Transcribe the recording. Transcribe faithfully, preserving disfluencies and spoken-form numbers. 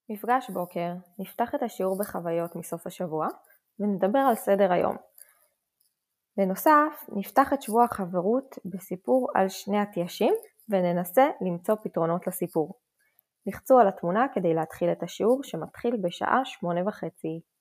מפגש בוקר, נפתח את השיעור בחוויות מסוף השבוע ונדבר על סדר היום. בנוסף, נפתח את שבוע החברות בסיפור על שני התיישים וננסה למצוא פתרונות לסיפור. לחצו על התמונה כדי להתחיל את השיעור שמתחיל בשעה שמונה וחצי.